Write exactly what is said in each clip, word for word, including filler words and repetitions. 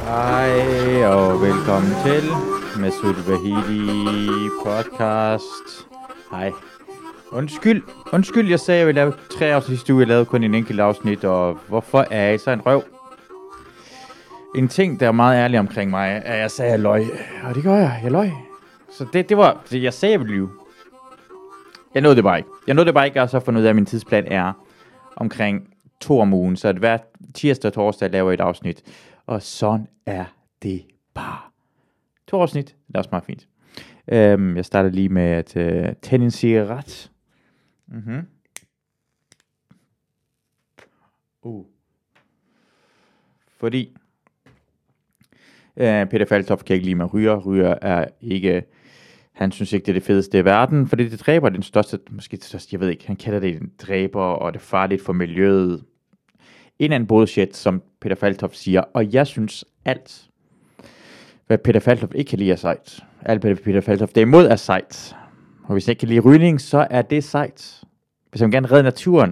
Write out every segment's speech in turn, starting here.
Hej og velkommen til Masoud Vahidi podcast. Hej. Undskyld, undskyld, jeg sagde, at jeg ville lave tre afsnit sidste uge. Jeg lavede kun en enkelt afsnit, og hvorfor er jeg så en røv? En ting, der er meget ærlig omkring mig, er, at jeg sagde, at jeg løg. Og det gør jeg, jeg løg. Så det, det var, det jeg sagde, jeg ville lyve. Jeg nåede det bare ikke. Jeg nåede det bare ikke, og så fundet ud af, at min tidsplan er omkring to om ugen. Så at hver tirsdag og torsdag laver jeg et afsnit. Og sådan er det bare. To afsnit, det er også meget fint. Um, jeg starter lige med at uh, tænde en cigaret. Mm-hmm. Uh. Fordi uh, Peter Falktoft kan ikke lide mig ryger. Ryger er ikke... Han synes ikke, det er det fedeste i verden, fordi det dræber den største, måske det største, jeg ved ikke, han kalder det en dræber, og det er farligt for miljøet. En anden bullshit, som Peter Falktoft siger, og jeg synes alt, hvad Peter Falktoft ikke kan lide er sejt. Alt, hvad Peter Falktoft derimod er sejt. Og hvis han ikke kan lide rygning, så er det sejt. Hvis han gerne redde naturen,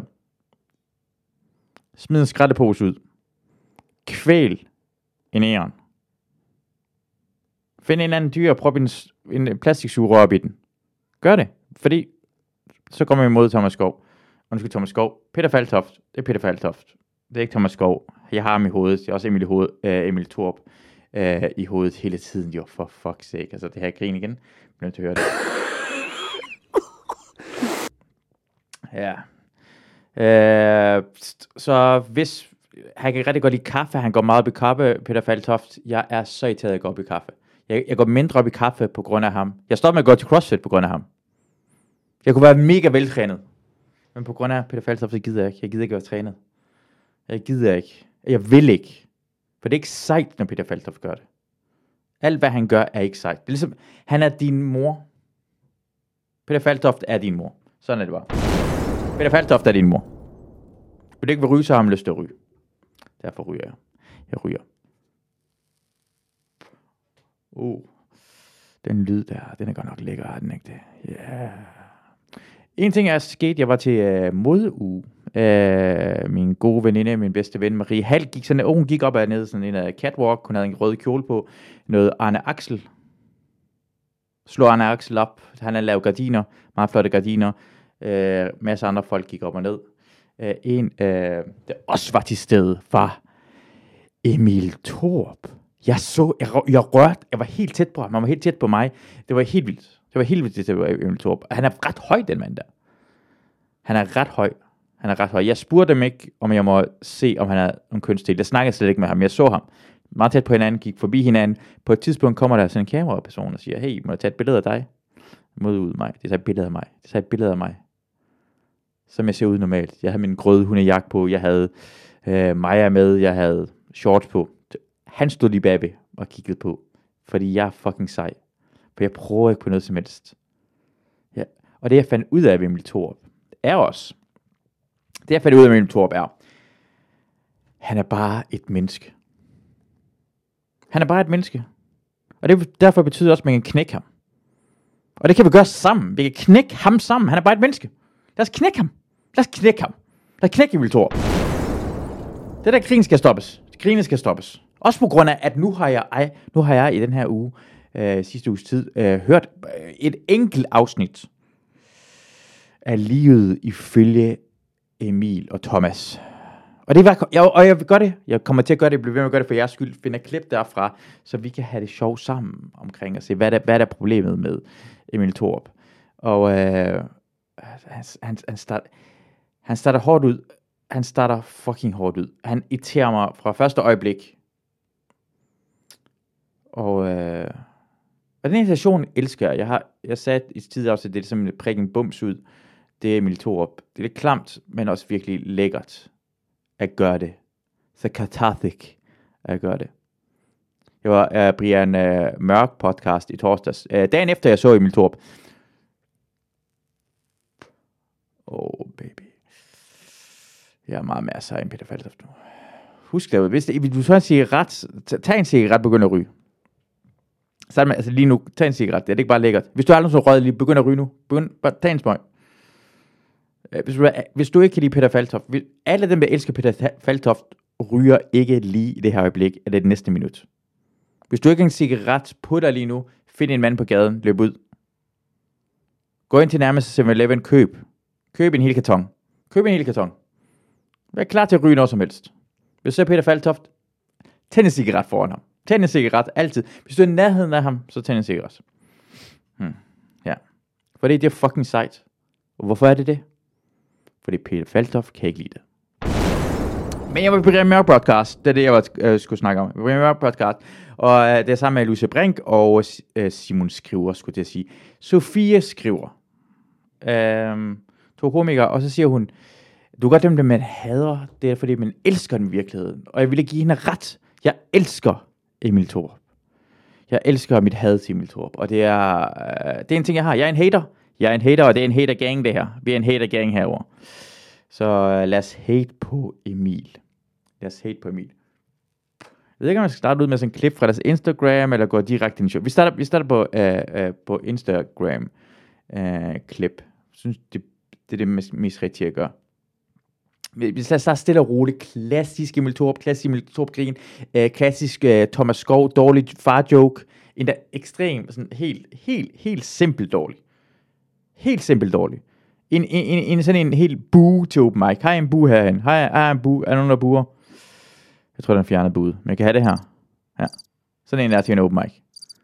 smid en skrættepose ud. Kvæl en æren. Find en anden dyr og prøv en, en plastiksugerør op i den. Gør det, fordi så kommer vi imod Thomas Skov. Undskyld Thomas Skov. Peter Falktoft, det er Peter Falktoft. Det er ikke Thomas Skov. Jeg har ham i hovedet. Jeg har også Emil, i hoved, uh, Emil Thorup uh, i hovedet hele tiden. Jo, for fuck's sake. Altså, det her grin igen. Jeg bliver nødt til at høre det. Ja. Uh, så hvis... Han kan rigtig godt lide kaffe. Han går meget op i kaffe, Peter Falktoft. Jeg er så irriteret, at jeg går op i kaffe. Jeg, jeg går mindre op i kaffe på grund af ham. Jeg står med at gå til CrossFit på grund af ham. Jeg kunne være mega veltrænet. Men på grund af Peter Falktoft, så gider jeg ikke. Jeg gider ikke være trænet. Jeg gider ikke. Jeg vil ikke. For det er ikke sejt, når Peter Falktoft gør det. Alt, hvad han gør, er ikke sejt. Det er ligesom, han er din mor. Peter Falktoft er din mor. Sådan er det bare. Peter Falktoft er din mor. Vil du ikke vil ryge, så har han lyst til at ryge. Derfor ryger jeg. Jeg ryger. Uh. Den lyd der, den er godt nok lækker, er den ikke det? Ja. Yeah. En ting er sket, jeg var til uh, modeuge. Uh, min gode veninde, min bedste ven Marie Hall gik sådan, oh, hun gik op ad ned sådan en uh, catwalk, hun havde en rød kjole på, noget Arne Axel. Slå Arne Axel op, han har lavet gardiner, meget flotte gardiner. Uh, masser af andre folk gik op og ned. Uh, en, uh, der også var til stede, var Emil Thorup. Jeg så, jeg, jeg rørte, jeg var helt tæt på ham, han var helt tæt på mig. Det var helt vildt. Det var helt vildt, det var Emil Thorup. Han er ret høj, den mand der. Han er ret høj. Han er ret høj. Jeg spurgte dem ikke, om jeg må se, om han er en kønsdel. Jeg snakkede slet ikke med ham. Jeg så ham meget tæt på hinanden, gik forbi hinanden. På et tidspunkt kommer der sådan en kameraperson og siger, hey, må jeg tage et billede af dig? Mod ud mig. Det tager et billede af mig. Det tager et billede af mig. Som jeg ser ud normalt. Jeg havde min grøde hundejakke på. Jeg havde øh, Maja med. Jeg havde shorts på. Han stod lige bagved og kiggede på. Fordi jeg er fucking sej. For jeg prøver ikke på noget som helst. Ja. Og det jeg fandt ud af ved Emil Thorup, er også, det jeg fandt ud af med Emil Thorup er, han er bare et menneske. Han er bare et menneske. Og det derfor betyder også, at man kan knække ham. Og det kan vi gøre sammen. Vi kan knække ham sammen. Han er bare et menneske. Lad os knække ham. Lad os knække ham. Lad os knække Emil Thorup. Det der grin skal stoppes. Det grine skal stoppes. Også på grund af, at nu har jeg, ej, nu har jeg i den her uge, øh, sidste uges tid, øh, hørt et enkelt afsnit af livet ifølge Emil og Thomas. Og det var, jeg, og jeg vil gøre det. Jeg kommer til at gøre det. Jeg bliver ved med at gøre det for jeres skyld. Finder klip derfra, så vi kan have det sjovt sammen omkring at se, hvad der, hvad der er problemet med Emil Thorup. Og øh, han, han, han, start, han starter hårdt ud. Han starter fucking hårdt ud. Han irriterer mig fra første øjeblik. Og, øh, og den irritation elsker jeg. Jeg har jeg sat i tidligere også, det er som en prikken bums ud. Det er Emil Thorup. Det er lidt klamt, men også virkelig lækkert at gøre det. Så cathartic at gøre det. Jeg var uh, Brian uh, Mørk podcast i torsdags. Uh, dagen efter jeg så Emil Thorup. Oh baby. Jeg er meget mere sej end Peter Falktoft nu. Husk det, hvis det, du så en cigaret, tag en cigaret, begynd at ryge. Så altså lige nu, tag en cigaret, det er ikke bare lækkert. Hvis du aldrig så røget lige, begynd at ryge nu. Begynd, bare tag en smøg. Hvis du, hvis du ikke kan lide Peter Falktoft, alle dem, der elsker Peter Falktoft, ryger ikke lige i det her øjeblik, eller det næste minut. Hvis du ikke har en cigaret på dig lige nu, find en mand på gaden, løb ud. Gå ind til nærmeste seven eleven, køb. Køb en hel karton. Køb en hel karton. Vær klar til at ryge noget som helst. Hvis du ser Peter Falktoft, tænd en cigaret foran ham. Tænd en cigaret, altid. Hvis du er i nærheden af ham, så tænd en cigaret. Hmm. Ja. Fordi det er fucking sejt. Og hvorfor er det det? Fordi Peter Falktoft kan ikke lide det. Men jeg var på Brian Mørk podcast. Det er det, jeg var, øh, skulle snakke om. Brian Mørk podcast. Og øh, det er sammen med Lucia Brink og øh, Simon Skriver, skulle jeg sige. Sofie Skriver. Øh, to komikere. Og så siger hun, du gør dem, der man hader. Det er fordi, man elsker den i virkeligheden. Og jeg ville give hende ret. Jeg elsker Emil Thorup. Jeg elsker mit had til Emil Thorup. Og det er, øh, det er en ting, jeg har. Jeg er en hater. Jeg er en hater, og det er en hater-gang, det her. Vi er en hater-gang herovre. Så uh, lad os hate på Emil. Lad os hate på Emil. Jeg ved ikke, om jeg skal starte ud med sådan en klip fra deres Instagram, eller gå direkte ind i show. Vi starter, vi starter på, uh, uh, på Instagram uh, klip. Jeg synes, det, det er det mest, mest rigtige at gøre. Vi skal starte stille og roligt. Klassisk Emil Thorup, klassisk Emil Thorup grin, uh, klassisk uh, Thomas Skov, dårlig far joke. En der ekstrem, sådan helt, helt, helt simpelt dårlig. Helt simpelt dårlig. En, en, en, en sådan en helt bue til open mic. Har jeg en bue herhen? Har jeg, har jeg en bue? Er der nogen, der buer? Jeg tror, den er fjernet buet. Men jeg kan have det her. Ja. Sådan en der til en open mic.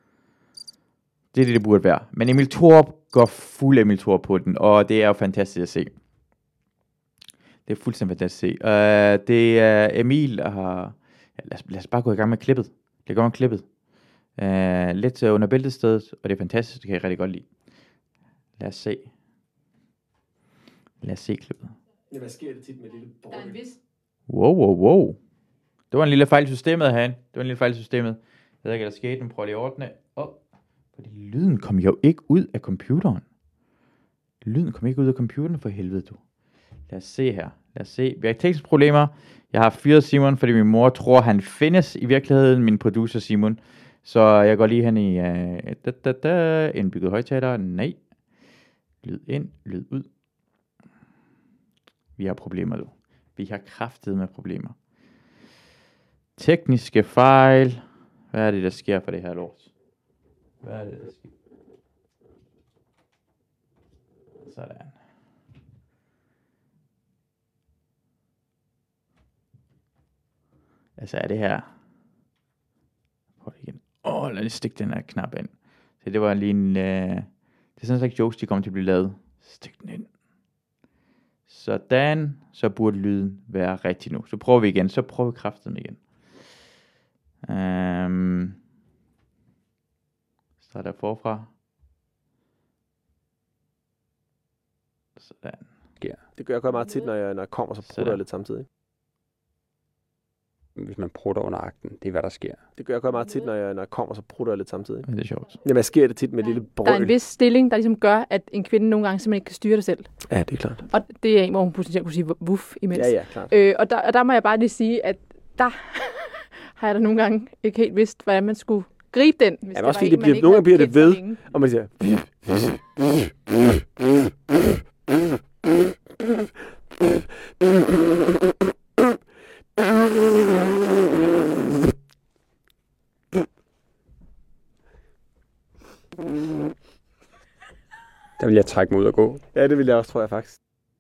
Det er det, det burde være. Men Emil Thorup går fuld Emil Thorup på den, og det er jo fantastisk at se. Det er fuldstændig fantastisk at se. Uh, det er uh, Emil har... Ja, lad, os, lad os bare gå i gang med klippet. Det går med klippet. Uh, lidt uh, under bæltestedet, og det er fantastisk. Det kan jeg rigtig godt lide. Lad os se. Lad os se klippet. Ja, hvad sker det tit med lille borger? Der er en vis... Wow, wow, wow. Det var en lille fejl i systemet herinde. Det var en lille fejl i systemet. Jeg ved ikke, hvad der skete, men prøv lige at ordne. Åh, oh. Fordi lyden kom jo ikke ud af computeren. Lyden kom ikke ud af computeren, for helvede du. Lad os se her. Lad os se. Vi har tekniske problemer. Jeg har fyret Simon, fordi min mor tror, han findes i virkeligheden. Min producer Simon. Så jeg går lige hen i uh, da, da, da, indbygget højtaler. Nej. Lyd ind, lyd ud. Vi har problemer nu. Vi har kraftet med problemer. Tekniske fejl. Hvad er det, der sker for det her lort? Hvad er det, der sker? Sådan. Altså er det her... Prøv igen. Åh, oh, lad os stikke den her knap ind. Så det var lige en... Uh... Det er sådan en slags jokes, de kommer til at blive lavet. Stik den ind. Sådan, så burde lyden være rigtig nu. Så prøver vi igen, så prøver vi kraften igen. Um, så er der forfra. Sådan. Ja, det gør jeg godt meget tit, når jeg, når jeg kommer, så prutter jeg lidt samtidig. Hvis man prutter under akten, det er hvad der sker. Det gør jeg godt meget tit, når jeg, når jeg kommer, så prutter jeg lidt samtidig. Det er sjovt. Jamen, jeg sker det tit med ja. lille brøl. Der er en vis stilling, der ligesom gør, at en kvinde nogle gange simpelthen ikke kan styre det selv. Ja, det er klart. Og det er en, hvor hun potentielt kunne sige wuff imens. Ja, ja, klart. Øh, og, der, og der må jeg bare lige sige, at der har jeg da nogle gange ikke helt vidst, hvordan man skulle gribe den. Hvis ja, det også var fordi en, det bliver, nogle gange bliver det ved, og man siger... Der vil jeg trække mig ud og gå. Ja, det vil jeg også, tror jeg faktisk.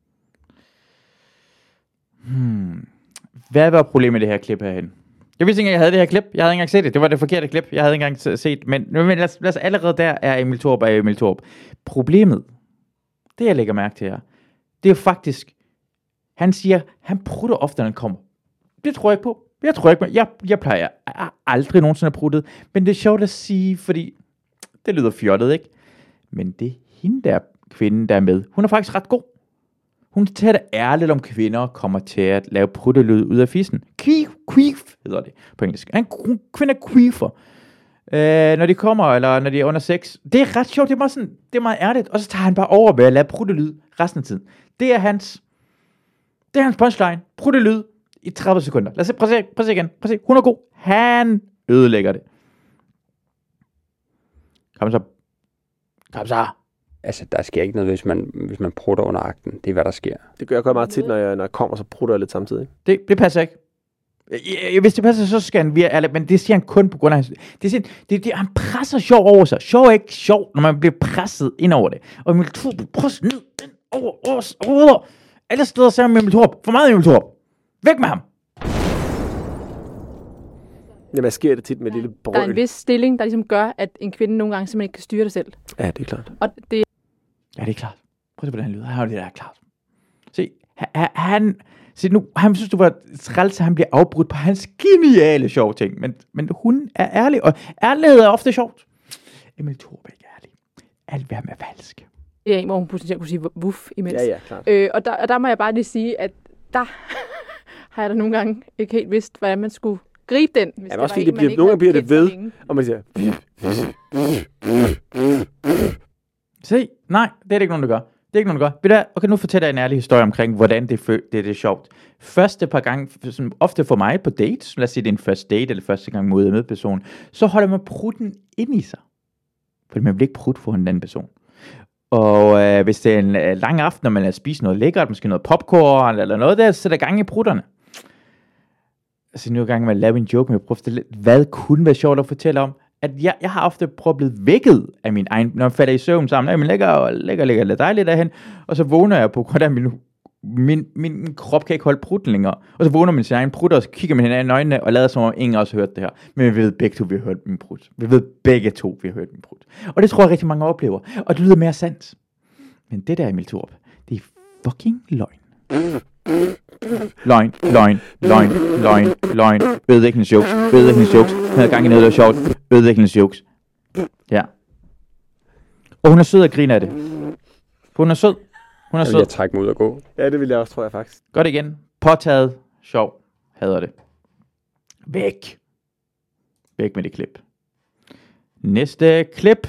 Hmm. Hvad var problemet med det her klip herhen? Jeg vidste ikke engang, jeg havde det her klip. Jeg havde ikke engang set det. Det var det forkerte klip. Jeg havde ikke engang set. Men, men lad, os, lad os allerede der er Emil Thorup og Emil Thorup. Problemet, det jeg lægger mærke til her, det er jo faktisk, han siger, han prutter ofte, når han kommer. Det tror jeg ikke på. Jeg tror ikke på. Jeg, jeg plejer jeg har aldrig nogensinde at pruttet. Men det er sjovt at sige, fordi det lyder fjollet, ikke? Men det er hende der kvinde, der er med. Hun er faktisk ret god. Hun tager det ærligt om kvinder kommer til at lave pruttelyd ud af fissen. Queef, queef hedder det på engelsk. En kvinde queefer. Øh, når de kommer, eller når de er under sex. Det er ret sjovt. Det er meget, sådan, det er meget ærligt. Og så tager han bare over med at lave pruttelyd resten af tiden. Det er hans, det er hans punchline. Pruttelyd i tredive sekunder. Lad os se, prøv at se, prøv at se igen. Prøv at se. Hun er god. Han ødelægger det. Kom så. Kom så. Altså, der sker ikke noget, hvis man, hvis man prutter under akten. Det er, hvad der sker. Det gør jeg godt meget tit, når jeg, når jeg kommer, så prutter jeg lidt samtidig. Det, det passer ikke. Ja, hvis det passer, så skal han virke ærlig, men det siger han kun på grund af hans... Det siger, det, det, han presser sjov over sig. Sjov er ikke sjov, når man bliver presset ind over det. Og Emil Thorup bliver presset ned, ind, over, over, over. Alle steder sammen med Emil Thorup. For meget Emil Thorup. Væk med ham. Jamen, hvad sker det tit med et lille brøl? Der er en vis stilling, der ligesom gør, at en kvinde nogle gange simpelthen ikke kan styre det selv. Ja, det er klart. Og det... Ja, det er klart. Prøv at se, hvordan han lyder. Han har det der klart. Se, han... han Se nu, han synes, du var træls, at han bliver afbrudt på hans geniale sjove ting. Men, men hun er ærlig, og ærlighed er ofte sjovt. Emil Thorup er ikke ærlig. Alt vil med falsk. Det er en, hvor hun potentielt kunne sige wuff imens. Ja, ja, klart. Øh, og, der, og der må jeg bare lige sige, at der har jeg da nogle gange ikke helt vidst, hvordan man skulle gribe den. Hvis Ja, det også var fordi en, det bliver, man nogle gange ikke bliver det havde ved, kendt så længe. og man siger... Se, nej, det er det ikke nogen, der gør. Det er ikke nogen, der gør. Ved du hvad? Okay, nu fortæller jeg en ærlig historie omkring, hvordan det, fø- det, det er sjovt. Første par gange, som ofte for mig på dates, lad os sige, det er en første date, eller første gang mod en person, så holder man prutten ind i sig. Fordi man vil ikke prutte for en anden person. Og øh, hvis det er en øh, lang aften, og man har spist noget lækkert, måske noget popcorn, eller noget der, så er der gang i prutterne. Altså nu gang med at lave en joke, men jeg prøver lidt, hvad kunne være sjovt at fortælle om? At jeg, jeg har ofte prøvet at blive vækket af min egen, når jeg falder i søvn sammen, jeg ligger og ligger, ligger lidt dejligt derhen, og så vågner jeg på grund af, min, min, min krop kan ikke holde prutten længere, og så vågner man sin egen prut, og så kigger man hinanden i øjnene, og lader som om ingen også har hørt det her. Men vi ved begge to, vi har hørt min prut. Vi ved begge to, vi har hørt min prut. Og det tror jeg rigtig mange oplever, og det lyder mere sandt. Men det der, Emil Thorup, det er fucking løgn. Løgn, løgn, løgn, løgn, løgn, ødelæggelsesjokes, ødelæggelsesjokes, han havde gang i noget, der var sjovt, ødelæggelsesjokes. Ja. Og hun er sød og griner af det. Hun er sød. Hun er Så vil jeg sød. trække mig ud og gå. Ja, det vil jeg også, tror jeg faktisk. Godt igen. Påtaget. Sjov. Hader det. Væk. Væk med det klip. Næste klip.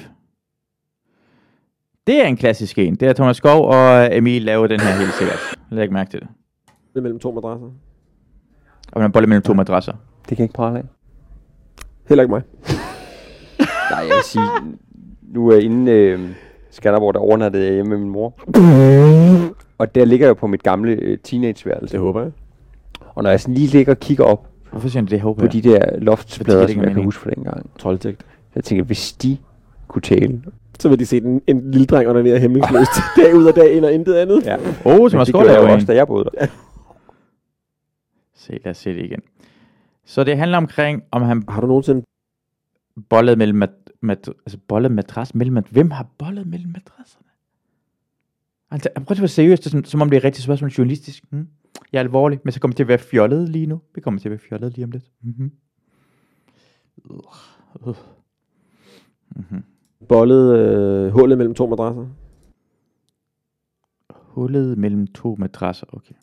Det er en klassisk en. Det er Thomas Skov og Emil laver den her helt sikkert. Læg mærke til det. Det er mellem to madrasser. Og man boller mellem to madrasser. Det kan jeg ikke prale af. Heller ikke mig. Nej, jeg vil sige, nu er inden øh, Skanderborg, der overnattede jeg hjemme med min mor. Og der ligger jeg på mit gamle øh, teenageværelse. Det håber jeg. Og når jeg sådan lige ligger og kigger op Hvorfor siger du det, håber på jeg? de der loftsplader, Fordi det som ikke jeg er kan meningen. huske fra dengang, Troldtægt. så jeg tænker, hvis de kunne tale. Så vil de se en, en lille dreng onanere hæmningsløst dag ud og dag ind og intet andet. Ja. Åh, oh, Men Thomas det Skov gjorde jeg laver jo en. også, da jeg boede der. Se, lad os se det igen. Så det handler omkring, om han Har du nogensinde... bollet mellem mat, mat, altså bollet madras mellem mat, hvem har bollet mellem madrasserne? Altså, prøv at være seriøst, det er som, som om det er rigtig spørgsmål journalistisk. Hmm? Jeg er alvorlig, men så kommer det til at være fjollet lige nu. Vi kommer til at være fjollet lige om lidt. Mm-hmm. Uh, uh. Mm-hmm. bollet øh, hullet mellem to madrasser? Hullet mellem to madrasser, okay.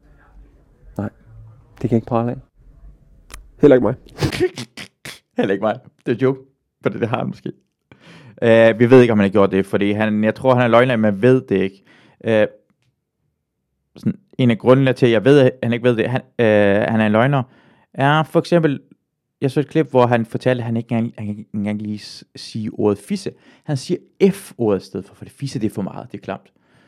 Det kan jeg ikke prale af. Heller ikke mig. Heller ikke mig. Det er joke, for det, det har han måske. Uh, vi ved ikke, om han har gjort det, fordi han, jeg tror, han er løgner, men man ved det ikke. Uh, sådan, en af grundene til, at jeg ved, at han ikke ved det, han, uh, han er en løgner, er for eksempel, jeg så et klip, hvor han fortalte, at han ikke engang, han kan ikke engang lige s- sige ordet fisse. Han siger F-ordet i stedet for, for det fisse, det er for meget, det er klamt.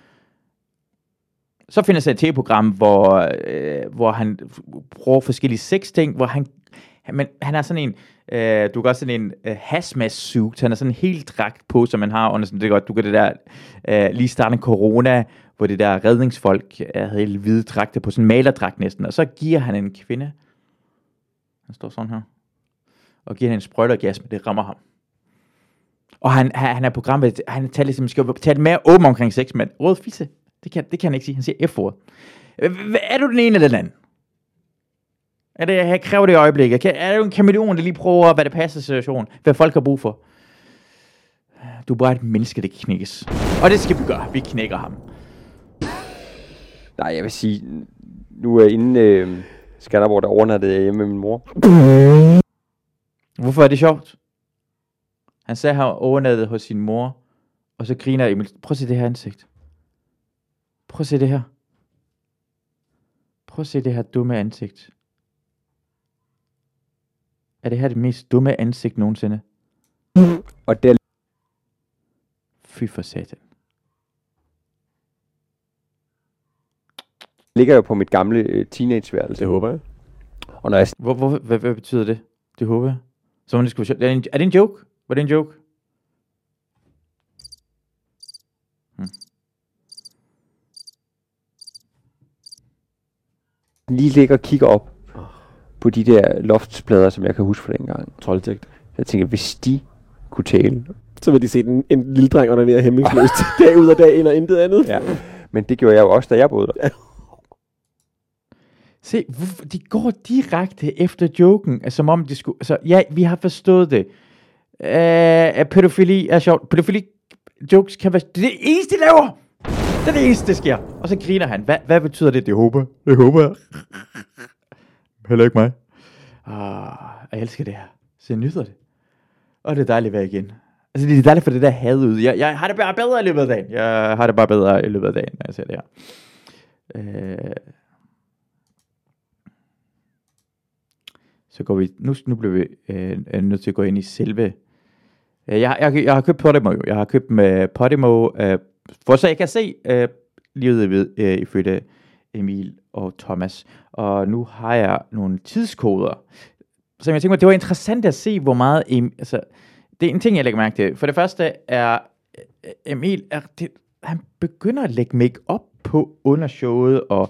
Så finder sig et tv-program, hvor, øh, hvor han bruger forskellige sexting, hvor han, han, men, han har sådan en, øh, du kan også sådan en øh, hazmat-suit, han har sådan en helt dragt på, som man har under sådan, det er godt, du kan det der, øh, lige starte corona, hvor det der redningsfolk øh, havde helt hvide dragter på, sådan en malerdragt næsten, og så giver han en kvinde, han står sådan her, og giver hende en sprøjtergas, men det rammer ham. Og han, han, han er programmet, han taler ligesom, skal tale mere åben omkring sex, men råd fisse. Det kan, det kan han ikke sige. Han siger F-ordet. Er du den ene eller den anden? Er det, jeg kræver det i øjeblikket? Er du en kameleon, der lige prøver, hvad det passer situation? Hvad folk har brug for? Du er bare et menneske, der knækkes. Og det skal vi gøre. Vi knækker ham. Nej, jeg vil sige, nu er inden øh, Skanderborg, der overnattede jeg hjemme med min mor. Hvorfor er det sjovt? Han sagde, at han overnattet hos sin mor, og så griner Emil. Prøv at se det her ansigt. Prøv at se det her. Prøv at se det her dumme ansigt. Er det her det mest dumme ansigt nogensinde? Og der Fy for satan. ligger jeg på mit gamle øh, teenageværelse. Det håber jeg. Og når jeg, Hvor, hvor, hvad, hvad betyder det? Det håber jeg. Så det skulle være sjovt. Er det en, er det en joke? Var det en joke? Hmm. lige ligger og kigger op på de der loftsplader, som jeg kan huske fra dengang. Troldtægt. Jeg tænker, hvis de kunne tale. Så vil de se en, en lille dreng onanere hæmningsløst dag ud og dag ind og intet andet. Ja. Men det gjorde jeg jo også, da jeg boede der. Se, hvorfor- de går direkte efter joken, altså, som om de skulle... Altså, ja, vi har forstået det. Uh, pædofili er sjovt. Pædofili jokes kan være... Det er det eneste, de laver! Det er det eneste, der sker. Og så griner han. Hvad, hvad betyder det? Det håber jeg. håber jeg. Heller ikke mig. Ah, jeg elsker det her. Så jeg nyder det. Og det er dejligt at være igen. Altså, det er dejligt for det der had ud. Jeg, jeg har det bare bedre i løbet af dagen. Jeg har det bare bedre i løbet af dagen, når jeg ser det her. Uh, Så går vi, nu, nu bliver vi øh, nødt til at gå ind i selve, øh, jeg, jeg, jeg har købt Podimo jo, jeg har købt med Podimo, øh, for så jeg kan se øh, livet ved, øh, ifølge Emil og Thomas, og nu har jeg nogle tidskoder, som jeg tænker mig, det var interessant at se, hvor meget, em, altså, det er en ting, jeg lægger mærke til. For det første er, øh, Emil, er det, han begynder at lægge make-up på under showet, og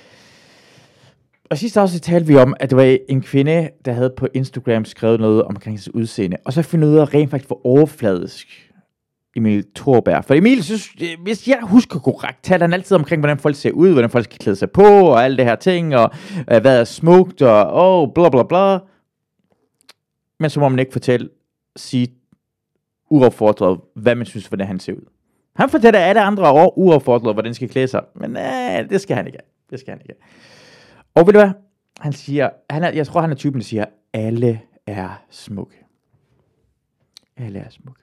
Og sidst også talte vi om, at det var en kvinde, der havde på Instagram skrevet noget omkring hans udseende. Og så finder ud af rent faktisk for overfladisk Emil Thorberg. For Emil, synes, hvis jeg husker korrekt, taler han altid omkring, hvordan folk ser ud, hvordan folk skal klæde sig på, og alle det her ting, og øh, hvad er smukt, og oh, bla bla bla. Men så må man ikke fortælle, sige uopfordret, hvad man synes, hvordan han ser ud. Han fortæller alle andre år uopfordret, hvordan de skal klæde sig. Men øh, det skal han ikke. Det skal han ikke. Og ved du hvad? Han siger, han er, jeg tror han er typen, der siger, alle er smukke. Alle er smukke.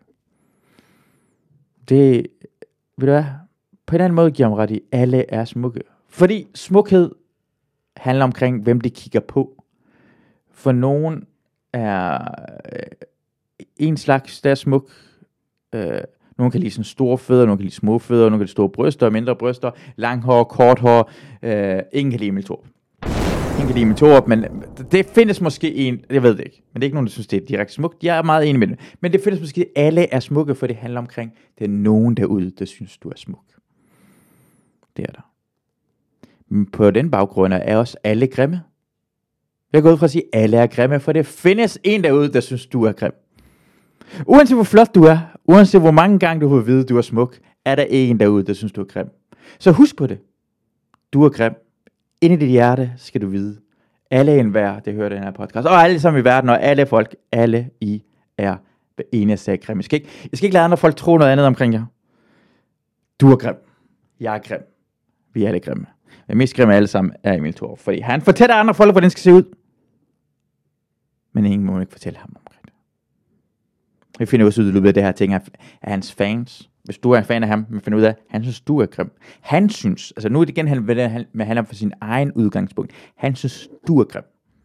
Det, ved du hvad? På en anden måde giver han ret i, alle er smukke. Fordi smukhed handler omkring, hvem de kigger på. For nogen er øh, en slags, der er smuk. Øh, Nogle kan lide sådan store fødder, nogle kan lide små fødder, nogle kan lide store bryster, mindre bryster, lang hår, kort hår. Øh, ingen kan lide Emil Thorup. Ingen kan lide Emil Thorup, men det findes måske en, jeg ved det ikke, men det er ikke nogen, der synes, det er direkte smukt. Jeg er meget enig med det. Men det findes måske, at alle er smukke, for det handler omkring, det er nogen derude, der synes, du er smuk. Det er der. Men på den baggrund er også alle grimme. Jeg går ud fra at sige, at alle er grimme, for det findes en derude, der synes, du er grim. Uanset hvor flot du er, uanset hvor mange gange du har vide, du er smuk, er der en derude, der synes, du er grim. Så husk på det. Du er grim. Inde i dit hjerte skal du vide. Alle en hver, det hører den her podcast. Og alle sammen i verden, og alle folk, alle I er eneste af grim. Jeg skal, ikke, jeg skal ikke lade andre folk tro noget andet omkring jer. Du er grim. Jeg er grim. Vi er alle grimme. Men mest grimme af alle sammen er Emil Thorup, fordi han fortæller andre folk, hvordan det skal se ud. Men ingen må ikke fortælle ham omkring det. Vi finder også ud i løbet af det her ting af, af hans fans. Hvis du er en fan af ham, man finder ud af, at han synes, du er grim. Han synes, altså nu er det igen, han, med han er for sin egen udgangspunkt. Han synes, du er grim.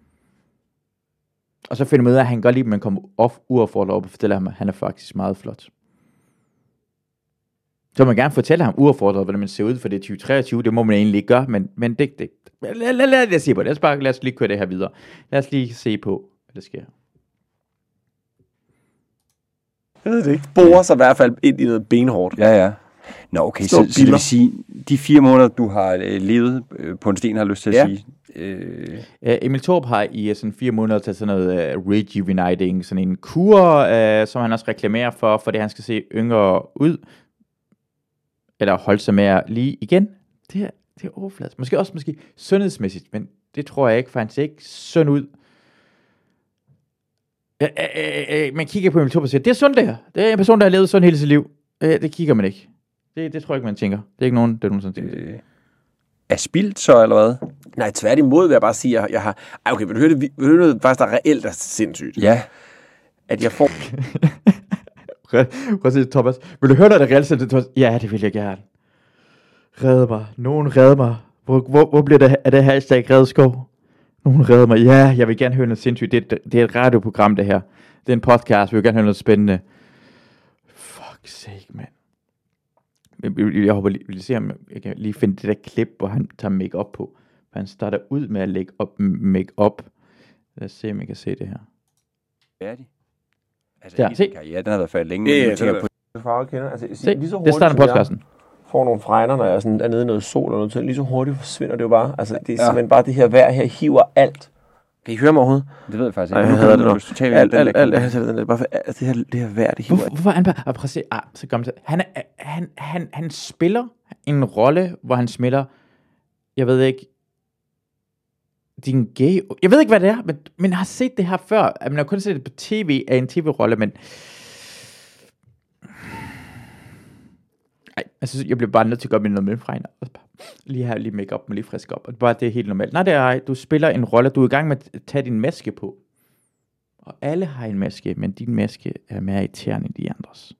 Og så finder man ud af, at han kan godt lide, at man kommer off, uaffordret op og fortæller ham, at han er faktisk meget flot. Så må man gerne fortælle ham uaffordret, hvordan man ser ud, for det er tyve treogtyve, det må man egentlig ikke gøre, men, men det, det, lad, lad, lad, lad os se på det. Lad os, bare, lad os lige køre det her videre. Lad os lige se på, hvad der sker. Jeg ved det ikke. Borer sig i hvert fald ind i noget benhårdt. Ja, ja. Nå, okay, så, så det vil sige, de fire måneder, du har øh, levet øh, på en sten, har jeg lyst til at Ja. sige. Øh, Uh, Emil Thorup har i uh, sådan fire måneder taget sådan noget uh, rejuvenating, sådan en kur, uh, som han også reklamerer for, fordi han skal se yngre ud, eller holde sig mere lige igen. Det er, det er overfladisk. Måske også måske sundhedsmæssigt, men det tror jeg ikke, for han ser ikke sund ud. Uh, uh, uh, man kigger på Emil Thorup og siger, det er sundt det her. Det er en person, der har levet sundt hele sit liv. Uh, det kigger man ikke. Det, det tror jeg ikke, man tænker. Det er ikke nogen, der nogensinde tænker. øh, er spildt så, eller hvad? Nej, tværtimod vil jeg bare sige, at jeg, jeg har... Ej, okay, vil du høre det? Vil du høre noget, faktisk, der er reelt er sindssygt? Ja. At jeg får... Præcis, Thomas. Vil du høre noget, der reelt set, Thomas? Ja, det vil jeg gerne. Redde mig. Nogen redde mig. Hvor, hvor, hvor bliver det af det hashtag Redskov? Nogen redde mig. Ja, jeg vil gerne høre noget sindssygt. Det er, det er et radioprogram, det her. Det er en podcast. Vi vil gerne høre noget spændende. Fuck sake, mand. Jeg, jeg, jeg håber lige, lige se, om jeg kan lige finde det der klip, hvor han tager make-up på. Han starter ud med at lægge op, make op. Lad os se, om I kan se det her. Færdig. Altså, Der, hele se. den karriere, den har været færdig længe. Ja, Nu ja, tænker det jeg er på- farve kender. Altså, Se, lige så det hurtigt, starter som jeg podcasten. får nogle fregner, når jeg sådan er nede i noget sol eller noget tid. Lige så hurtigt forsvinder det jo bare. Altså, det er Ja. simpelthen bare det her vejr her hiver alt. Kan I høre mig overhovedet? Det ved jeg faktisk Ej, ikke. jeg hader det nu. Hvis du taler Alt, den alt, der- alt, alt, alt, alt, bare for, altså, det her, det her vejr, det hiver Hvorfor, hvorfor er han bare... Ah, prøv at se. Ah, så kom det. Han, er, han, han, han spiller en rolle, hvor han spiller... Jeg ved ikke... Din gay... Jeg ved ikke, hvad det er, men, men jeg har set det her før. Man har kun set det på tv af en tv-rolle, men... Ej, altså, jeg bliver bare nødt til at gøre med noget mellemfregner. Lige her, lige make up mig lige frisk op. Og bare det er helt normalt. Nej, det er du spiller en rolle. Du er i gang med at tage din maske på. Og alle har en maske, men din maske er mere irriterende end de andres.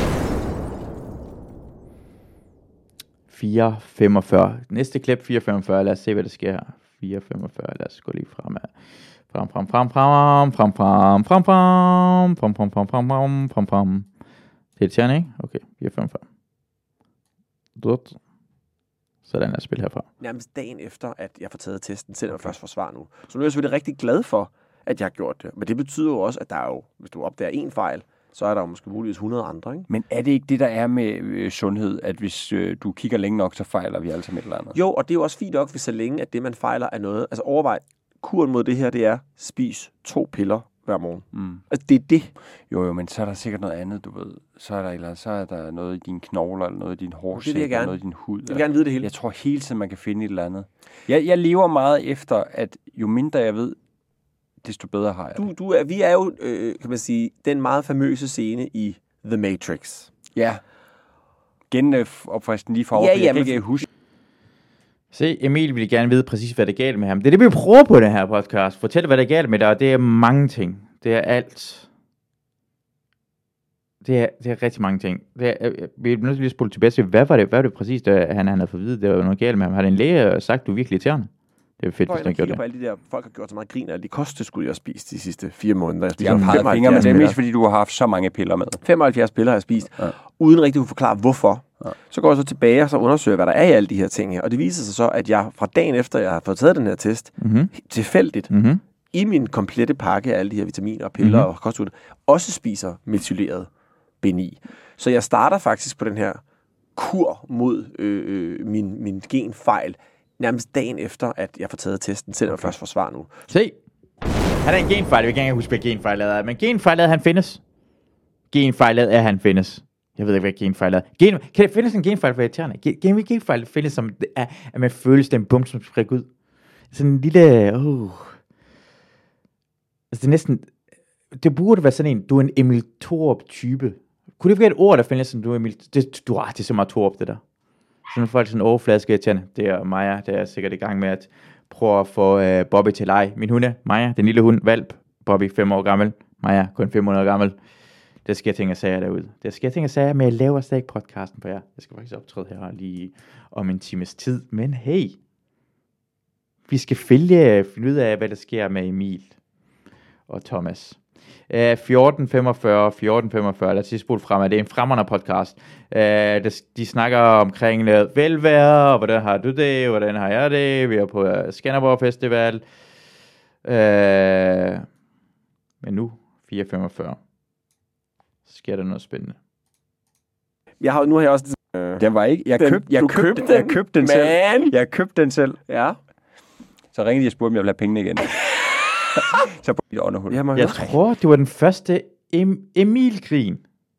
fire femogfyrre. Næste klip fire femogfyrre. Lad os se, hvad der sker her. fire femogfyrre. Lad os gå lige frem af. Frem, frem, frem, frem, frem, frem, frem, frem, frem, frem, frem, frem, frem, frem, frem. Det er irriterende, ikke? Okay, fire femogfyrre. Dut. Sådan er spil herfra. nærmest dagen efter, at jeg får taget testen, selvom jeg først får svar nu. Så nu er jeg selvfølgelig rigtig glad for, at jeg har gjort det. Men det betyder jo også, at der er jo, hvis du opdager en fejl, så er der jo måske muligvis hundrede andre, ikke? Men er det ikke det, der er med øh, sundhed, at hvis øh, du kigger længe nok, så fejler vi alle sammen et eller andet? Jo, og det er jo også fint nok, hvis så længe, at det, man fejler, er noget. Altså overvej, kuren mod det her, det er, spis to piller hver morgen. Mm. Altså det er det. Jo, jo, men så er der sikkert noget andet, du ved. Så er der, eller, så er der noget i dine knogler, eller noget i din hårsæk, Det vil jeg eller gerne. noget i din hud. Jeg vil gerne vide det hele. Jeg tror hele tiden, man kan finde et eller andet. Jeg, jeg lever meget efter, at jo mindre jeg ved, desto bedre har jeg det. Du, du er, vi er jo, øh, kan man sige, den meget famøse scene i The Matrix. Ja. Genopfrisken lige for Ja, over, ja, jeg kan men- ikke huske. Se, Emil vil gerne vide præcis, hvad der er galt med ham. Det er det, vi prøver på den her podcast. Fortæl, hvad der er galt med dig, og det er mange ting. Det er alt. Det er, det er rigtig mange ting. Det er, øh, vi er nødt til lige at spole tilbage til, hvad var det, hvad var det præcis, der, han, han havde fået at vide, det var noget galt med ham. Har en læge sagt, du er virkelig irriterende? Det er fedt, Når hvis jeg han gjorde kigger det. på alle de der, folk har gjort så meget grin af alle de kosttilskud, jeg har spist de sidste fire måneder. Jeg Jeg har spiser peget fingre, men det er femoghalvfjerds mest, fordi du har haft så mange piller med. femoghalvfjerds piller har jeg spist, Ja. uden rigtig at kunne forklare, hvorfor. Ja. Så går jeg så tilbage og så undersøger, hvad der er i alle de her ting her. Og det viser sig så, at jeg fra dagen efter, jeg har fået taget den her test, Mhm. tilfældigt, Mhm. i min komplette pakke af alle de her vitaminer og piller Mhm. og kosttilskud, også spiser metyleret B ni. Så jeg starter faktisk på den her kur mod øh, øh, min, min genfejl, nærmest dagen efter, at jeg får taget testen, selvom okay. jeg først får svar nu. Se, han er en genfejl. Jeg kan ikke huske, hvad genfejlet er. Men genfejlet, han findes. Genfejlet er, han findes. Jeg ved ikke, hvad genfejlet er. Gen, kan det findes en genfejl for irriterende? Gen, gen, genfejl findes som, er, at man føles den bum, som sprikker ud. Sådan en lille... Uh. Altså, det er næsten... Det burde være sådan en, du er en Emil Thorup-type. Kunne det være et ord, der findes, som du er Emil... Det, du, ah, det er så meget Thorup, det der. Sådan folk sådan overflaske irriterende. Det er Maja, der er sikkert i gang med at prøve at få uh, Bobby til leg. Min hunde, Maja, den lille hund, valp. Bobby, fem år gammel. Maja, kun fem måneder gammel. Det skal jeg tænke at sige derude. Det skal jeg tænke at sige, men jeg laver stadig podcasten på jer. Jeg skal faktisk optræde her lige om en times tid. Men hey, vi skal følge, finde ud af, hvad der sker med Emil og Thomas. Uh, fjorten femogfyrre, fjorten femogfyrre, lad os lige spole frem, det er en fremragende podcast. Uh, de, de snakker omkring noget velvære, og hvordan har du det, hvordan har jeg det, vi er på uh, Skanderborg Festival. Uh, men nu, fire femogfyrre, så sker der noget spændende. Jeg har, nu har jeg også... Øh, Den var ikke... Jeg den, købte jeg du købte, købte jeg den, købte den man. selv. Jeg købte den selv. Ja. Så ringede de og spurgte, om jeg ville have pengene igen. Så på mit åndehul. Jeg, må Jeg høre. tror, det var den første em- Emil-grin.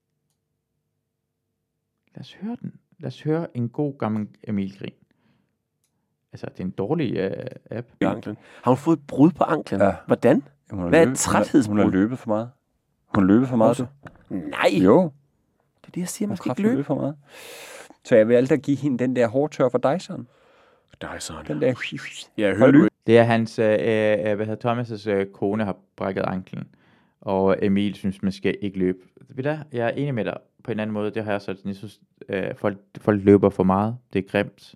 Lad os høre den. Lad os høre en god gammel Emil-grin. Altså, det er en dårlig uh, app. I anklen. Har hun fået et brud på anklen? Ja. Hvordan? Hun har Hvad er løbet- træthedsbrud? Hun har, hun har løbet for meget. Hun har løbet for meget. Også. Nej, Jo. det er det, jeg siger. Hun Man har skal ikke kraftigt løbe. løbet for meget. Så jeg vil altid give hende den der hårtør fra Dyson. Dyson. Den der... Ja, jeg Hold hørte lyt. du. Det er hans, øh, øh, hvad hedder Thomas' øh, kone har brækket anklen. Og Emil synes, man skal ikke løbe. Ved du, jeg er enig med dig på en anden måde. Det har jeg sådan, jeg synes, øh, folk, folk løber for meget. Det er grimt.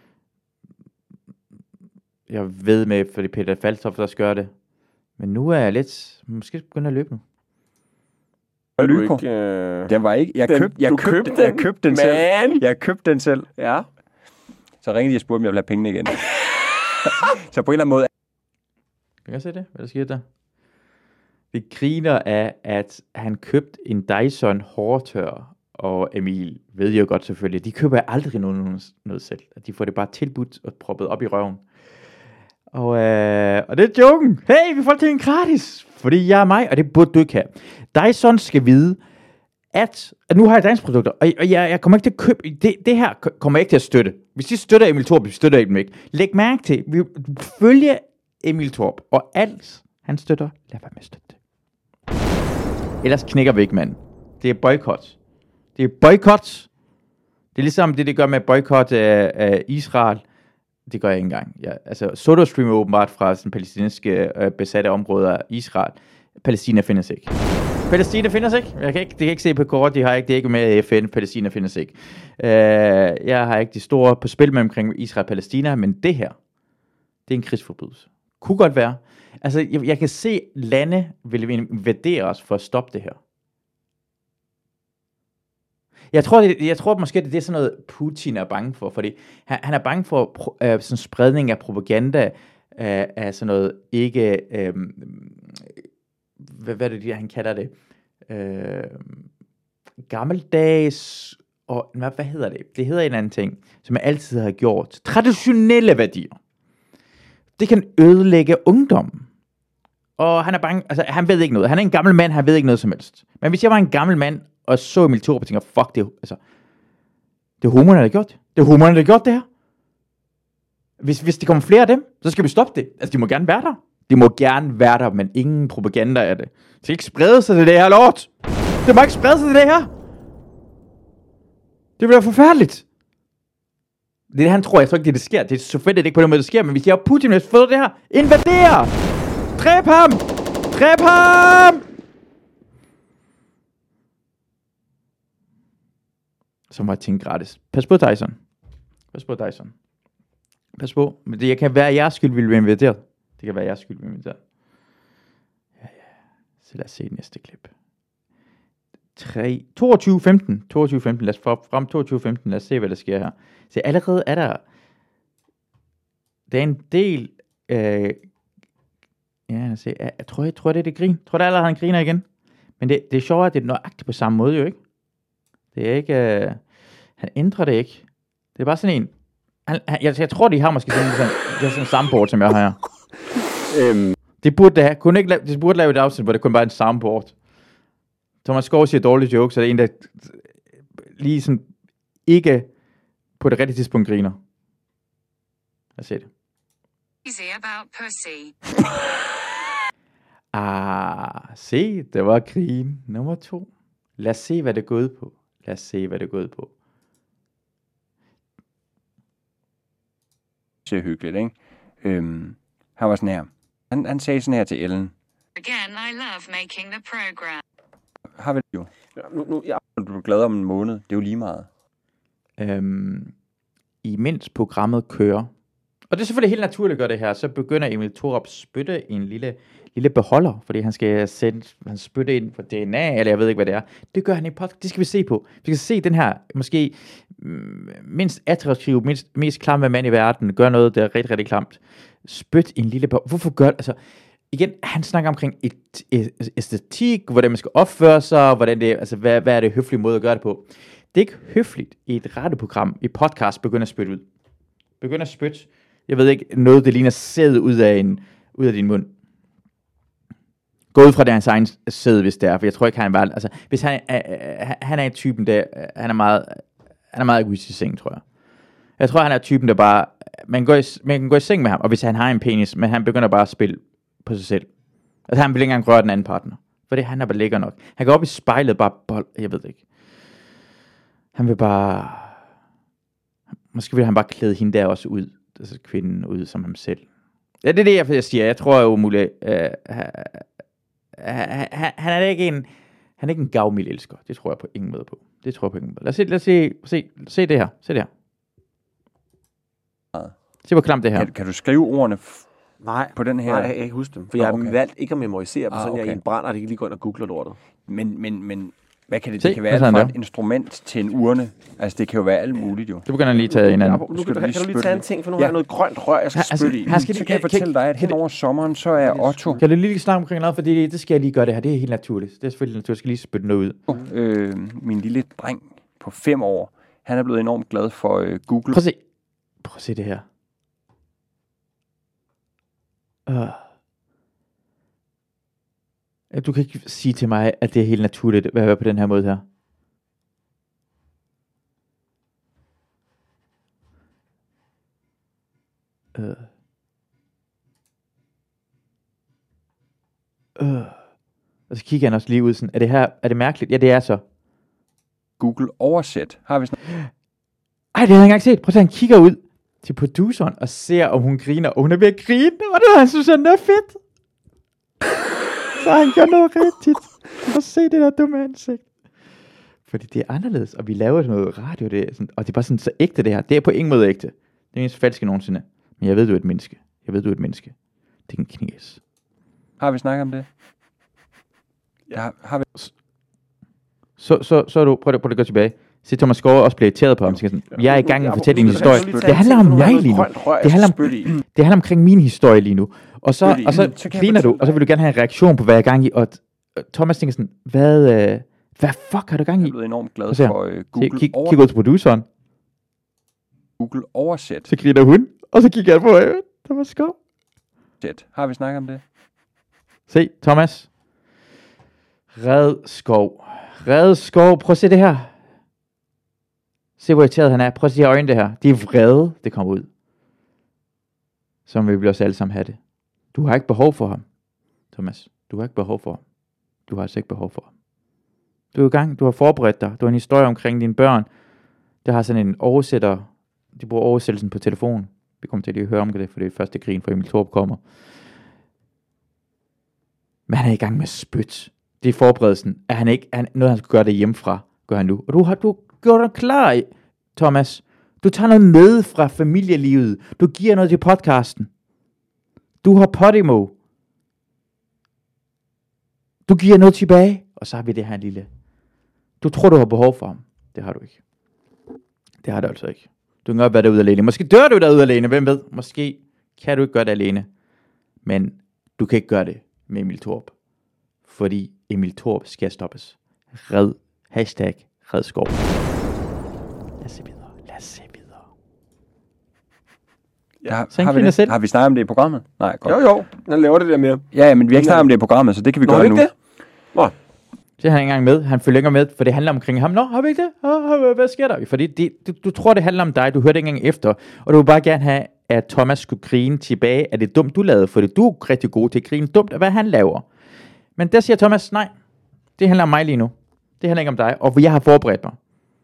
Jeg ved med, fordi Peter Faltoft også gør det. Men nu er jeg lidt, måske begynde at løbe nu. Hørte du Lyko. ikke? Øh... Den var ikke... Jeg Den- købte, jeg du købte, købte jeg den, købte den selv. man. Jeg købte den selv. Ja. Så ringede de og spurgte, om jeg ville have pengene igen. så på en eller anden måde... Kan jeg se det? Hvad der sker der? Vi griner af, at han købte en Dyson hårtør, og Emil ved jo godt selvfølgelig, de køber aldrig noget, noget selv. De får det bare tilbudt og proppet op i røven. Og, øh, og det er joken. Hey, vi får det gratis, fordi jeg er mig, og det burde du ikke have. Dyson skal vide, at, at nu har jeg Dyson-produkter, og, og jeg, jeg kommer ikke til at købe, det, det her kommer jeg ikke til at støtte. Hvis de støtter Emil Thorup, støtter jeg dem ikke. Læg mærke til, vi følger Emil Thorup, og alt han støtter, lad være med at støtte det. Ellers knækker vi ikke, mand. Det er boykot. Det er boykot. Det er ligesom det, det gør med boykot af, af Israel. Det gør jeg ikke engang. Ja, altså, SodaStream er åbenbart fra sådan palæstinensiske øh, besatte områder af Israel. Palæstina findes ikke. Palæstina findes ikke. Jeg kan ikke, det kan ikke se på kort, de har ikke, det er ikke med F N. Palæstina findes ikke. Uh, jeg har ikke de store på spil med omkring Israel og Palæstina, men det her, det er en krigsforbrydelse. Kunne godt være. Altså, jeg, jeg kan se, lande vil invadere os for at stoppe det her. Jeg tror, det, jeg tror måske, det er sådan noget, Putin er bange for, fordi han, han er bange for pro, øh, sådan spredning af propaganda, øh, af sådan noget ikke, øh, hvad, hvad er det, han kalder det, øh, gammeldags, og hvad, hvad hedder det? Det hedder en anden ting, som jeg altid har gjort. Traditionelle værdier. Det kan ødelægge ungdommen. Og han er bange, altså han ved ikke noget. Han er en gammel mand, han ved ikke noget som helst. Men hvis jeg var en gammel mand, og så Emil Thorup og tænker, fuck det, altså, det er homoerne, der har gjort det. Det er homoerne, der har gjort det her. Hvis, hvis der kommer flere af dem, så skal vi stoppe det. Altså, de må gerne være der. De må gerne være der, men ingen propaganda af det. Det skal ikke sprede sig til det her lort. Det må ikke sprede sig til det her. Det bliver forfærdeligt. Det er det, han tror. Jeg tror ikke, det, det sker. Det er så fedt, at det ikke på den måde, det sker. Men hvis jeg har Putin, hvis jeg får det her, invader! Dræb ham! Dræb ham! Som var ting gratis. Pas på Dyson. Pas på Dyson. Pas på. Men det kan være, at jeres skyld vil blive inviteret. Det kan være, at jeres skyld vil blive inviteret. Ja, ja. Så lad os se næste klip. tre, toogtyve femten. toogtyve femten. Lad os få frem toogtyve femten. Lad os se, hvad der sker her. Så allerede er der... Der er en del... Øh, ja, lad os se. Jeg, jeg, tror, jeg tror, det er det grin. Jeg tror, der allerede han griner igen. Men det, det er sjovt, at det er nøjagtigt på samme måde, jo ikke? Det er ikke... Øh, han ændrer det ikke. Det er bare sådan en... Han, han, jeg, jeg tror, de har måske sådan, sådan, sådan, sådan en soundboard, som jeg har her. Øhm. Det burde det have. Kunne ikke lave, det burde lave et afsnit, hvor det kun bare en soundboard. Thomas Skov siger dårlige jokes, så det er en, der lige sådan ikke på det rigtige tidspunkt griner. Lad os se det. Easy about pussy. Ah, se, det var grin. Nummer to. Lad os se, hvad det er gået på. Lad os se, hvad det er gået på. Det er hyggeligt, ikke? Øhm, han var sådan her. Han, han sagde sådan her til Ellen. Again, I love making the program. Har vi det jo. Nu, nu, jeg er glad om en måned. Det er jo lige meget. Øhm, imens programmet kører, og det er selvfølgelig helt naturligt at gøre det her, så begynder Emil Thorup at spytte en lille, lille beholder, fordi han skal sende han spytte ind på D N A, eller jeg ved ikke, hvad det er. Det gør han i podcast. Det skal vi se på. Vi skal se den her, måske mm, mindst attraktive, mindst, mest klamme mand i verden, gør noget, der er rigtig, rigtig klamt. Spyt en lille beholder. Hvorfor gør det? Altså, igen, han snakker omkring et, et, et æstetik, hvordan man skal opføre sig, hvordan det, altså, hvad, hvad er det høflige måde at gøre det på. Det er ikke høfligt i et radioprogram, i podcast, begynder at spytte ud. Begynder at spytte. Jeg ved ikke, noget det ligner sæd ud af, en, ud af din mund. Gå ud fra det hans egen sæd, hvis det er, for jeg tror ikke, han er bare, altså, hvis han er, han er en typen, der, han er meget, han er meget egoistisk i seng, tror jeg. Jeg tror, han er typen, der bare, man, går i, man kan gå i seng med ham, og hvis han har en penis, men han begynder bare at spille på sig selv. Altså, han vil ikke engang røre den anden partner, for det han er bare lækker nok. Han går op i spejlet, bare bold, jeg ved det ikke. Han vil bare, måske vil han bare klæde hende der også ud, altså kvinden ud som ham selv. Ja, det er det, jeg siger. Jeg tror, jeg er umuligt. Uh, han, han er ikke en, han er ikke en gavmild elsker. Det tror jeg på ingen måde på. Det tror jeg på ingen måde. Lad os se, lad os se, se, se det her. Se det her. Se, hvor klamt det her. Kan, kan du skrive ordene f- Nej, på den her? nej, jeg kan ikke huske dem. For jeg har okay. valgt ikke at memorisere dem, Ah, sådan okay. jeg i en brænder, og de kan lige gå ind og google lortet. Men, men, men Hvad kan det? Se, Det kan være hvad alt tager fra han et instrument til en urne. Altså, det kan jo være alt muligt, jo. Det begynder han lige at tage en anden. Nu Skal kan du du, lige kan du lige spytte tage en lidt? ting, for nu Ja. har jeg noget grønt rør, jeg skal Ja, altså, spytte i. her skal Så de- kan jeg kan- fortælle dig, at kan hen det- over sommeren, så er Otto Kan du lige snakke omkring noget, fordi det skal jeg lige gøre det her. Det er helt naturligt. Det er selvfølgelig naturligt. Jeg skal lige spytte noget ud. øh, min lille dreng på fem år. Han er blevet enormt glad for øh, Google. Prøv at se. Prøv at se det her. Uh. Du kan ikke sige til mig, at det er helt naturligt at være på den her måde her. Uh. Uh. Og så kigger han også lige ud sådan, er det her, er det mærkeligt? Ja, det er så. Google oversæt. Har vi sådan Ej, det havde jeg ikke engang set. Prøv at se, han kigger ud til produceren og ser, om hun griner, og hun er ved at grine, og det han synes, han er fedt. Så han gør noget rigtigt. Prøv at se det der dumme ansigt. Fordi det er anderledes, og vi laver sådan noget radio, det er sådan, og det er bare sådan så ægte det her. Det er på ingen måde ægte. Det er mest falske nogensinde. Men jeg ved, du er et menneske. Jeg ved, du er et menneske. Det er en knæs. Har vi snakket om det? Ja. Har, har vi... Så, så, så er du, prøv at, prøv at gå tilbage. Se, Thomas Skov også bliver irriteret på ham. Så sådan, jeg er i gang med at fortælle en historie. Det handler om mig lige nu. Det handler om, det handler omkring min historie lige nu. Og så, Spyt i. og så, Så kan jeg griner du, fortælle og så vil du gerne have en reaktion på, hvad jeg er i gang i. Og øh, Thomas tænker sådan, hvad, øh, hvad fuck har du gang Jeg i? er blevet enormt glad Hvad siger for øh, Se, Google, kig, over... kig ud til produceren. Google oversæt. Så griner hun, og så kigger jeg på øh, Thomas Skov. Har vi snakket om det? Se, Thomas. Red skov. Red skov. Prøv at se det her. Se, hvor irriteret han er. Prøv at se de her øjne, det her. De er vrede, det kommer ud. Som vi vil også alle sammen have det. Du har ikke behov for ham, Thomas. Du har ikke behov for ham. Du har altså ikke behov for ham. Du er i gang. Du har forberedt dig. Du har en historie omkring dine børn. Der har sådan en oversætter. De bruger oversættelsen på telefon. Vi kommer til at lige høre om det, for det er første grin, for Emil Torp kommer. Men han er i gang med spyt. Det er forberedelsen. Er han ikke er han, noget, han skulle gøre det hjemmefra, gør han nu. Og du har du gjort dig klar, Thomas. Du tager noget med fra familielivet. Du giver noget til podcasten. Du har Podimo. Du giver noget tilbage. Og så har vi det her lille. Du tror, du har behov for ham. Det har du ikke. Det har du altså ikke. Du kan godt være derude alene. Måske dør du derude alene. Hvem ved? Måske kan du ikke gøre det alene. Men du kan ikke gøre det med Emil Torp. Fordi Emil Torp skal stoppes. Red. Hashtag Red Skov. Lad os se videre. Lad os se videre. Ja, Så han har, vi griner det? selv. Har vi snakket om det i programmet? Nej, godt. Jo, jo. Han laver det der mere. Ja, ja, men vi har ikke snakket om det i programmet, så det kan vi Nå, har gøre vi nu. ikke det? Nå. Så er han ikke engang med. Han følger ikke med, for det handler omkring ham. Nå, har vi ikke det? Åh, hvad sker der? Fordi det, du, du tror, det handler om dig. Du hørte ikke engang efter. Og du vil bare gerne have, at Thomas skulle grine tilbage. Er det dumt, du lavede? For du er rigtig god til at grine dumt af, hvad han laver. Men der siger Thomas, nej. Det handler om mig lige nu. Det handler ikke om dig. Og jeg har forberedt mig.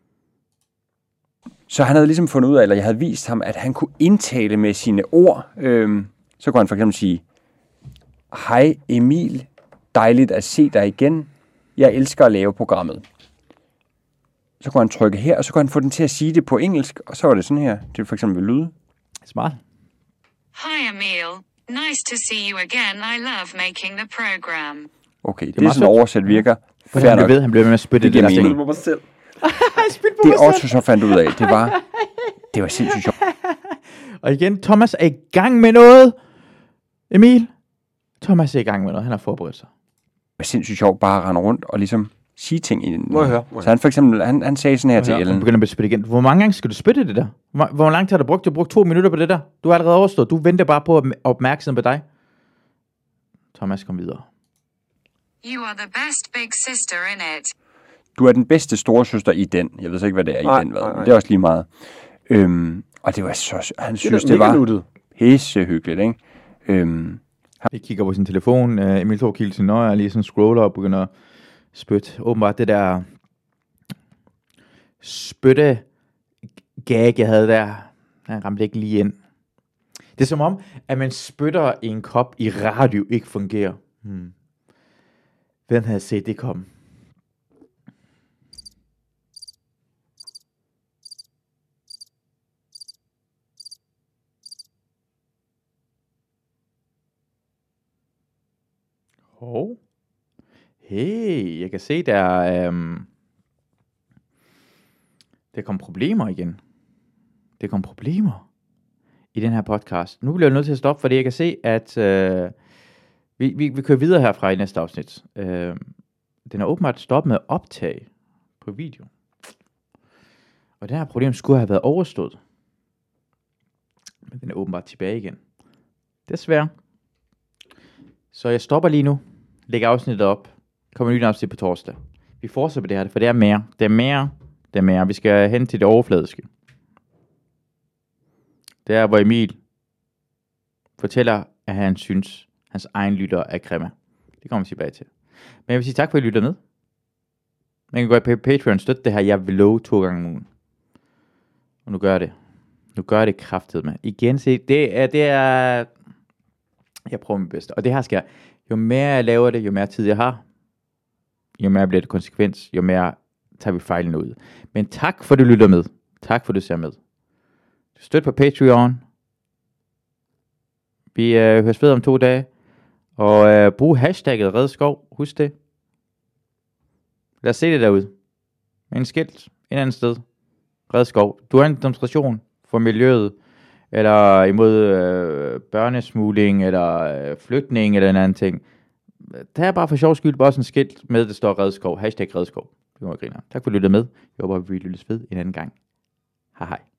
Så han havde ligesom fundet ud af, eller jeg havde vist ham, at han kunne indtale med sine ord. Øhm, så kunne han for eksempel sige, hej Emil, dejligt at se dig igen. Jeg elsker at lave programmet. Så kunne han trykke her, og så kunne han få den til at sige det på engelsk, og så var det sådan her. Det er for eksempel lyde. Smart. Hi, Emil. Nice to see you again. I love making the program. Okay, det, er det er meget sådan fedt. oversæt virker. For Fair han blev nok. ved, han blev ved med at spytte Det det, giver der mening. ting. På mig selv. Det Det Otto så fandt ud af, det var, det var sindssygt sjovt. Og igen, Thomas er i gang med noget. Emil. Thomas er i gang med noget. Han har forberedt sig. Det var sindssygt sjovt bare at rende rundt og ligesom sige ting i den. Må jeg høre? Må jeg Så han for eksempel, han, han sagde sådan her til Han Ellen. begynder at spytte igen. Hvor mange gange skal du spytte det der? Hvor, hvor lang tid har du brugt? Du har brugt to minutter på det der. Du har allerede overstået. Du venter bare på opm- opmærksomhed på dig. Thomas, kom videre. You are the best big sister in it. Du er den bedste storesøster i den. Jeg ved så ikke, hvad det er Nej, i den, hvad. nej, nej. Men det er også lige meget. Øhm, og det var så... Han synes, er det, mega var nuttet. pissehyggeligt, ikke? Øhm, Jeg kigger på sin telefon. Uh, Emil tog kigger sin nøje og lige sådan scroller og begynder at spytte. Åbenbart det der spytte gag, jeg havde der, han ramte ikke lige ind. Det er som om, at man spytter i en kop i radio ikke fungerer. Hmm. Hvem havde set det komme? Hov. Hey, jeg kan se, der er... Øhm, Der kom problemer igen. Der kom problemer i den her podcast. Nu bliver jeg nødt til at stoppe, fordi jeg kan se, at øh, vi, vi, vi kører videre herfra i næste afsnit. Øh, den er åbenbart stoppet med at optage på video. Og det her problem skulle have været overstået. Men den er åbenbart tilbage igen. Desværre. Så jeg stopper lige nu. Lægger afsnittet op. Kommer nyt afsnit på torsdag. Vi fortsætter på det her, for det er mere. Det er mere. Det er mere. Vi skal hen til det overfladiske. Det er, hvor Emil fortæller, at han synes, hans egen lytter er grimme. Det kommer vi tilbage til. Men jeg vil sige tak for, at I lytter med. Man kan gå på Patreon og støtte det her. Jeg vil love to gange om ugen. Og nu gør jeg det. Nu gør jeg det kraftigt med. Igen, se, det er, det er... Jeg prøver mit bedste. Og det her skal jo mere jeg laver det, jo mere tid jeg har, jo mere bliver det konsekvens, jo mere tager vi fejlen ud. Men tak for, at du lytter med. Tak for, at du ser med. Støt på Patreon. Vi øh, høres ved om to dage. Og øh, brug hashtagget Red Skov. Husk det. Lad os se det derude. En skilt. En anden sted. Red Skov. Du har en demonstration for miljøet. Eller imod øh, børnesmugling. Eller øh, flytning. Eller en anden ting. Der er bare for sjov skyld. Bare sådan en skilt med, det står Red Skov. Hashtag Red Skov. Det må jeg grine. Tak for at lytte med. Jeg håber, vi lyttes ved en anden gang. Hej hej.